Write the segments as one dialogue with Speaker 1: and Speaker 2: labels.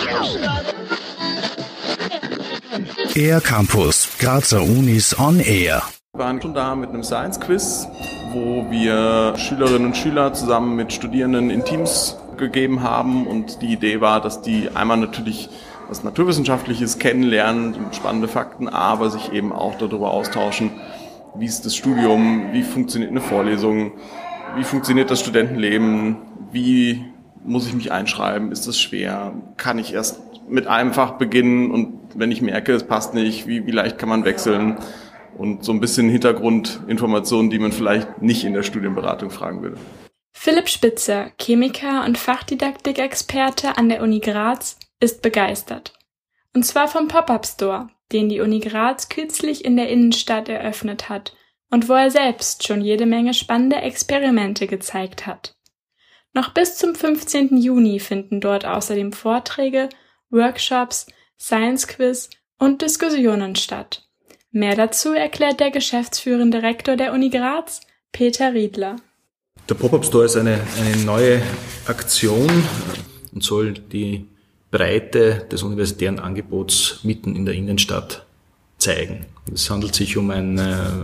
Speaker 1: Air Campus, Grazer Unis on Air.
Speaker 2: Wir waren schon da mit einem Science-Quiz, wo wir Schülerinnen und Schüler zusammen mit Studierenden in Teams gegeben haben. Und die Idee war, dass die einmal natürlich was Naturwissenschaftliches kennenlernen, spannende Fakten, aber sich eben auch darüber austauschen, wie ist das Studium, wie funktioniert eine Vorlesung, wie funktioniert das Studentenleben, wie muss ich mich einschreiben, ist das schwer, kann ich erst mit einem Fach beginnen und wenn ich merke, es passt nicht, wie leicht kann man wechseln und so ein bisschen Hintergrundinformationen, die man vielleicht nicht in der Studienberatung fragen würde.
Speaker 3: Philipp Spitzer, Chemiker und Fachdidaktikexperte an der Uni Graz, ist begeistert. Und zwar vom Pop-Up-Store, den die Uni Graz kürzlich in der Innenstadt eröffnet hat und wo er selbst schon jede Menge spannende Experimente gezeigt hat. Noch bis zum 15. Juni finden dort außerdem Vorträge, Workshops, Science-Quiz und Diskussionen statt. Mehr dazu erklärt der geschäftsführende Rektor der Uni Graz, Peter Riedler.
Speaker 4: Der Pop-Up Store ist eine neue Aktion und soll die Breite des universitären Angebots mitten in der Innenstadt zeigen. Es handelt sich um ein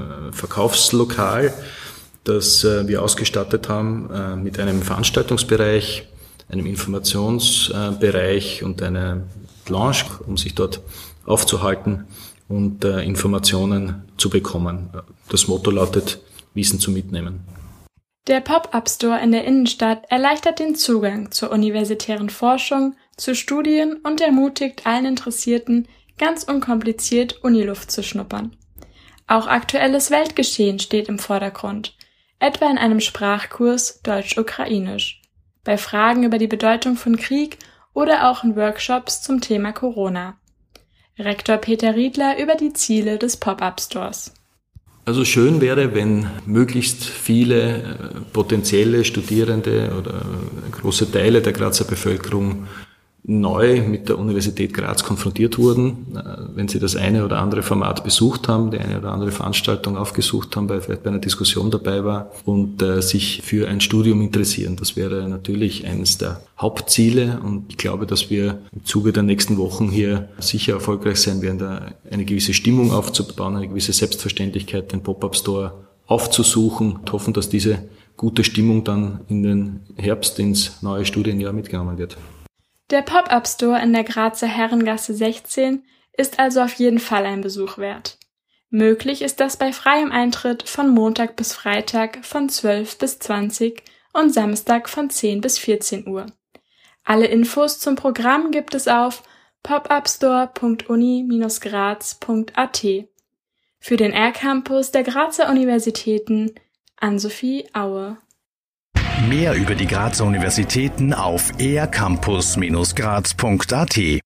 Speaker 4: Verkaufslokal, das wir ausgestattet haben mit einem Veranstaltungsbereich, einem Informationsbereich und einer Lounge, um sich dort aufzuhalten und Informationen zu bekommen. Das Motto lautet, Wissen zu mitnehmen.
Speaker 3: Der Pop-Up-Store in der Innenstadt erleichtert den Zugang zur universitären Forschung, zu Studien und ermutigt allen Interessierten, ganz unkompliziert Uniluft zu schnuppern. Auch aktuelles Weltgeschehen steht im Vordergrund, etwa in einem Sprachkurs Deutsch-Ukrainisch, bei Fragen über die Bedeutung von Krieg oder auch in Workshops zum Thema Corona. Rektor Peter Riedler über die Ziele des Pop-Up-Stores.
Speaker 4: Also schön wäre, wenn möglichst viele potenzielle Studierende oder große Teile der Grazer Bevölkerung neu mit der Universität Graz konfrontiert wurden, wenn sie das eine oder andere Format besucht haben, die eine oder andere Veranstaltung aufgesucht haben, vielleicht bei einer Diskussion dabei war und sich für ein Studium interessieren. Das wäre natürlich eines der Hauptziele und ich glaube, dass wir im Zuge der nächsten Wochen hier sicher erfolgreich sein werden, da eine gewisse Stimmung aufzubauen, eine gewisse Selbstverständlichkeit, den Pop-Up Store aufzusuchen und hoffen, dass diese gute Stimmung dann in den Herbst ins neue Studienjahr mitgenommen wird.
Speaker 3: Der Pop-Up-Store in der Grazer Herrengasse 16 ist also auf jeden Fall ein Besuch wert. Möglich ist das bei freiem Eintritt von Montag bis Freitag von 12 bis 20 und Samstag von 10 bis 14 Uhr. Alle Infos zum Programm gibt es auf popupstore.uni-graz.at. Für den Air Campus der Grazer Universitäten, Ann-Sophie Aue.
Speaker 1: Mehr über die Grazer Universitäten auf aircampus-graz.at